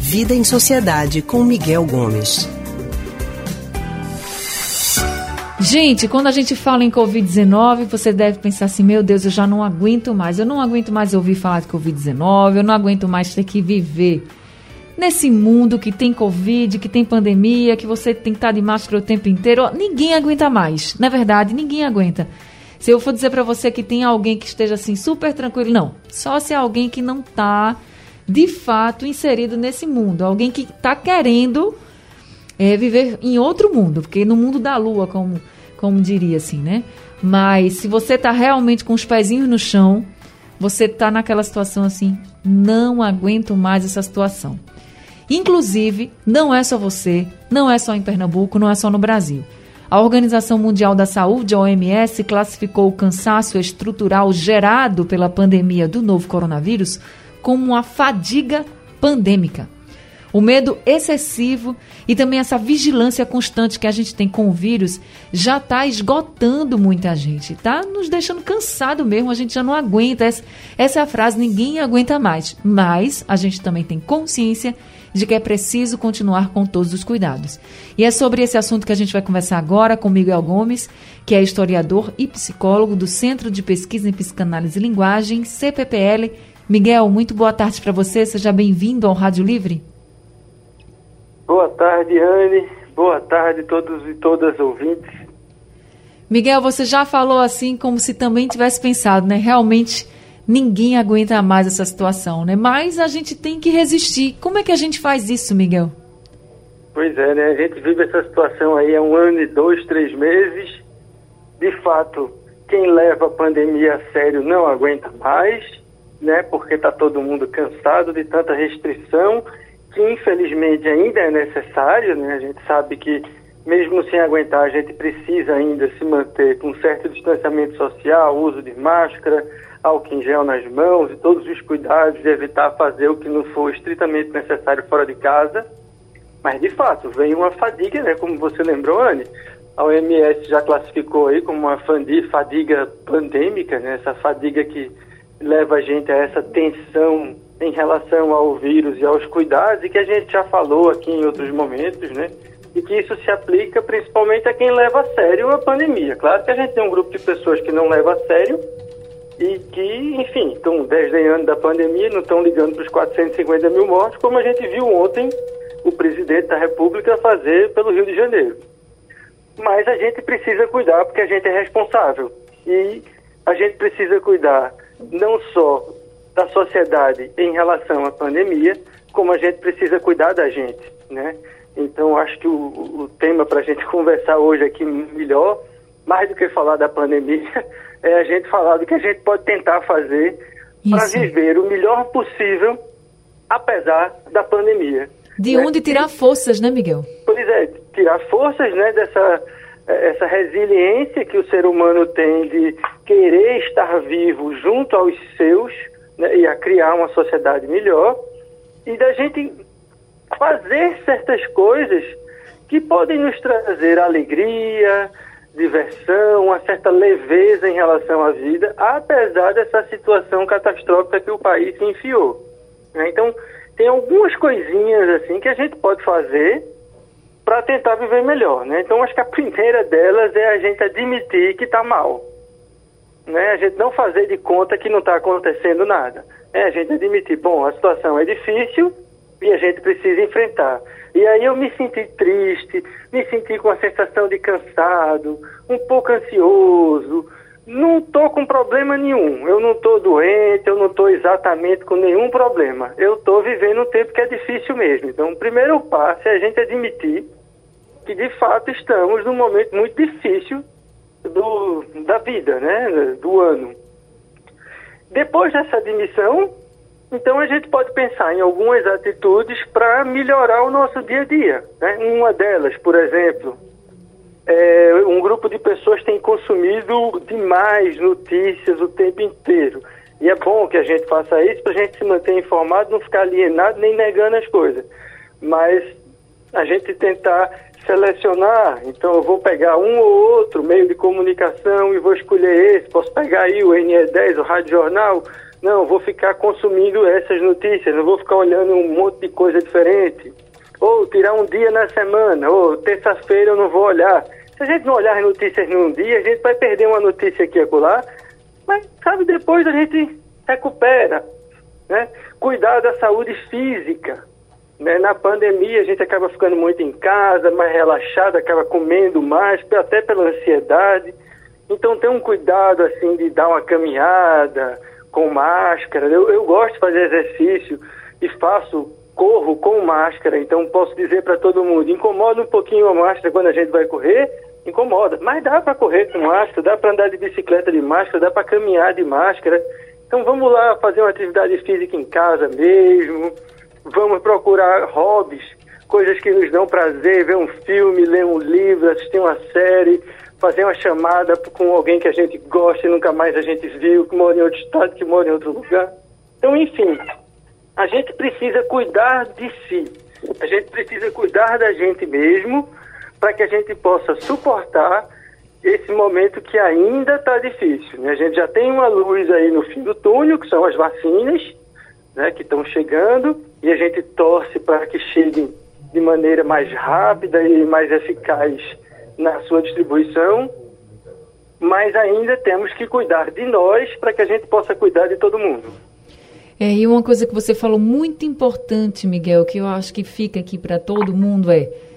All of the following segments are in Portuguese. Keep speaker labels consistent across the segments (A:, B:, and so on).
A: Vida em Sociedade com Miguel Gomes.
B: Gente, quando a gente fala em Covid-19, você deve pensar assim, meu Deus, eu já não aguento mais. Eu não aguento mais ouvir falar de Covid-19, eu não aguento mais ter que viver nesse mundo que tem Covid, que tem pandemia, que você tem que estar de máscara o tempo inteiro. Ninguém aguenta mais, na verdade, ninguém aguenta. Se eu for dizer para você que tem alguém que esteja assim super tranquilo, não. Só se é alguém que não está, de fato, inserido nesse mundo. Alguém que está querendo viver em outro mundo, porque no mundo da lua, como diria assim, né? Mas se você está realmente com os pezinhos no chão, você está naquela situação assim, não aguento mais essa situação. Inclusive, não é só você, não é só em Pernambuco, não é só no Brasil. A Organização Mundial da Saúde, a OMS, classificou o cansaço estrutural gerado pela pandemia do novo coronavírus como uma fadiga pandêmica. O medo excessivo e também essa vigilância constante que a gente tem com o vírus já está esgotando muita gente, está nos deixando cansado mesmo, a gente já não aguenta. Essa é a frase, ninguém aguenta mais. Mas a gente também tem consciência de que é preciso continuar com todos os cuidados. E é sobre esse assunto que a gente vai conversar agora com Miguel Gomes, que é historiador e psicólogo do Centro de Pesquisa em Psicanálise e Linguagem, CPPL. Miguel, muito boa tarde para você, seja bem-vindo ao Rádio Livre.
C: Boa tarde, Anne. Boa tarde a todos e todas ouvintes.
B: Miguel, você já falou assim como se também tivesse pensado, né? Realmente ninguém aguenta mais essa situação, né? Mas a gente tem que resistir. Como é que a gente faz isso, Miguel?
C: Pois é, né? A gente vive essa situação aí há 1 ano e 2, 3 meses. De fato, quem leva a pandemia a sério não aguenta mais, né? Porque está todo mundo cansado de tanta restrição, que infelizmente ainda é necessário, né? A gente sabe que mesmo sem aguentar, a gente precisa ainda se manter com um certo distanciamento social, uso de máscara, álcool em gel nas mãos e todos os cuidados de evitar fazer o que não for estritamente necessário fora de casa. Mas, de fato, vem uma fadiga, né? Como você lembrou, Anne, a OMS já classificou aí como uma fadiga pandêmica, né? Essa fadiga que leva a gente a essa tensão em relação ao vírus e aos cuidados, e que a gente já falou aqui em outros momentos, né? E que isso se aplica principalmente a quem leva a sério a pandemia. Claro que a gente tem um grupo de pessoas que não leva a sério e que, enfim, estão desdenhando da pandemia, não estão ligando para os 450 mil mortos, como a gente viu ontem o presidente da República fazer pelo Rio de Janeiro. Mas a gente precisa cuidar porque a gente é responsável. E a gente precisa cuidar não só da sociedade em relação à pandemia, como a gente precisa cuidar da gente, né? Então, acho que o tema para a gente conversar hoje aqui melhor, mais do que falar da pandemia, é a gente falar do que a gente pode tentar fazer para viver o melhor possível, apesar da pandemia.
B: De onde tirar forças, né, Miguel?
C: Pois é, tirar forças, né, essa resiliência que o ser humano tem de querer estar vivo junto aos seus, né, e a criar uma sociedade melhor, e da gente fazer certas coisas que podem nos trazer alegria, diversão, uma certa leveza em relação à vida, apesar dessa situação catastrófica que o país se enfiou, né? Então, tem algumas coisinhas assim que a gente pode fazer para tentar viver melhor, né? Então, acho que a primeira delas é a gente admitir que está mal, né? A gente não fazer de conta que não está acontecendo nada. A gente admitir, bom, a situação é difícil e a gente precisa enfrentar. E aí eu me senti triste, me senti com a sensação de cansado, um pouco ansioso. Não estou com problema nenhum, eu não estou doente, eu não estou exatamente com nenhum problema. Eu estou vivendo um tempo que é difícil mesmo. Então, o primeiro passo é a gente admitir que, de fato, estamos num momento muito difícil da vida, né, do ano. Depois dessa admissão, então a gente pode pensar em algumas atitudes para melhorar o nosso dia a dia, né? Uma delas, por exemplo, um grupo de pessoas tem consumido demais notícias o tempo inteiro. E é bom que a gente faça isso para a gente se manter informado, não ficar alienado nem negando as coisas. Mas a gente tentar selecionar, então eu vou pegar um ou outro meio de comunicação e vou escolher esse. Posso pegar aí o NE10, o Rádio Jornal, Não, vou ficar consumindo essas notícias, não vou ficar olhando um monte de coisa diferente. Ou tirar um dia na semana, ou terça-feira eu não vou olhar. Se a gente não olhar as notícias num dia, a gente vai perder uma notícia aqui e acolá, mas, sabe, depois a gente recupera, né? Cuidar da saúde física, né? Na pandemia a gente acaba ficando muito em casa, mais relaxado, acaba comendo mais, até pela ansiedade. Então tem um cuidado, assim, de dar uma caminhada com máscara. Eu gosto de fazer exercício e corro com máscara, então posso dizer para todo mundo, incomoda um pouquinho a máscara quando a gente vai correr, incomoda, mas dá para correr com máscara, dá para andar de bicicleta de máscara, dá para caminhar de máscara. Então vamos lá fazer uma atividade física em casa mesmo, vamos procurar hobbies, coisas que nos dão prazer, ver um filme, ler um livro, assistir uma série, fazer uma chamada com alguém que a gente gosta e nunca mais a gente viu, que mora em outro estado, que mora em outro lugar. Então, enfim, a gente precisa cuidar de si, a gente precisa cuidar da gente mesmo para que a gente possa suportar esse momento que ainda está difícil, né? A gente já tem uma luz aí no fim do túnel, que são as vacinas, né, que estão chegando, e a gente torce para que cheguem de maneira mais rápida e mais eficaz na sua distribuição, mas ainda temos que cuidar de nós para que a gente possa cuidar de todo mundo.
B: E uma coisa que você falou muito importante, Miguel, que eu acho que fica aqui para todo mundo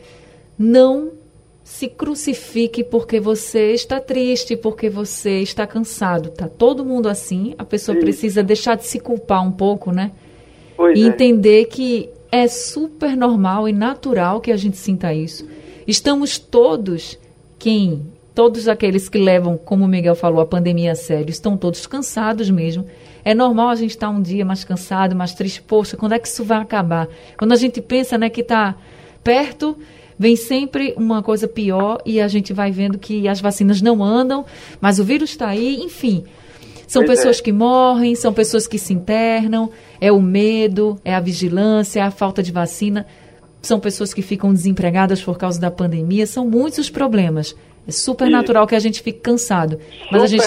B: não se crucifique porque você está triste, porque você está cansado. Tá todo mundo assim, a pessoa precisa deixar de se culpar um pouco, né? E entender que é super normal e natural que a gente sinta isso. Estamos todos aqueles que levam, como o Miguel falou, a pandemia a sério, estão todos cansados mesmo. É normal a gente estar um dia mais cansado, mais triste. Poxa, quando é que isso vai acabar? Quando a gente pensa, né, que está perto, vem sempre uma coisa pior e a gente vai vendo que as vacinas não andam, mas o vírus está aí, enfim. São pessoas que morrem, são pessoas que se internam, é o medo, é a vigilância, é a falta de vacina. São pessoas que ficam desempregadas por causa da pandemia, são muitos os problemas. É super natural que a gente fique cansado. Mas a gente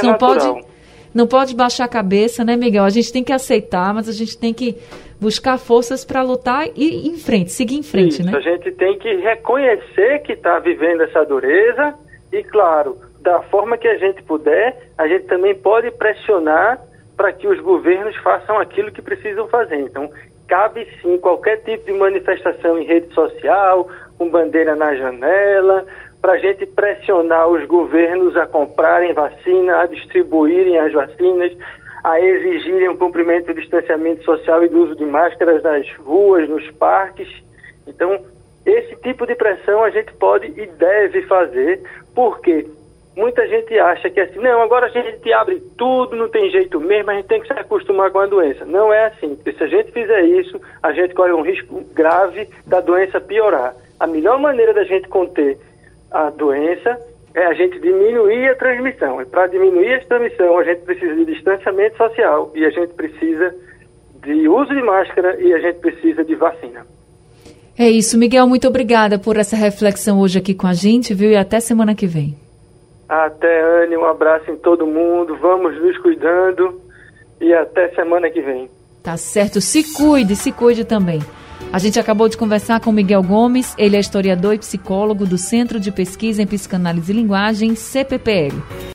B: não pode baixar a cabeça, né, Miguel? A gente tem que aceitar, mas a gente tem que buscar forças para lutar e ir em frente, seguir em frente, né?
C: A gente tem que reconhecer que está vivendo essa dureza e, claro, da forma que a gente puder, a gente também pode pressionar para que os governos façam aquilo que precisam fazer. Então, cabe sim qualquer tipo de manifestação em rede social, com bandeira na janela, para a gente pressionar os governos a comprarem vacina, a distribuírem as vacinas, a exigirem o cumprimento do distanciamento social e do uso de máscaras nas ruas, nos parques. Então, esse tipo de pressão a gente pode e deve fazer, porque muita gente acha que assim, não, agora a gente abre tudo, não tem jeito mesmo, a gente tem que se acostumar com a doença. Não é assim, porque se a gente fizer isso, a gente corre um risco grave da doença piorar. A melhor maneira da gente conter a doença é a gente diminuir a transmissão. E para diminuir a transmissão, a gente precisa de distanciamento social e a gente precisa de uso de máscara e a gente precisa de vacina.
B: É isso, Miguel, muito obrigada por essa reflexão hoje aqui com a gente, viu? E até semana que vem.
C: Até, Anne, um abraço em todo mundo, vamos nos cuidando e até semana que vem.
B: Tá certo, se cuide também. A gente acabou de conversar com Miguel Gomes, ele é historiador e psicólogo do Centro de Pesquisa em Psicanálise e Linguagem, CPPL.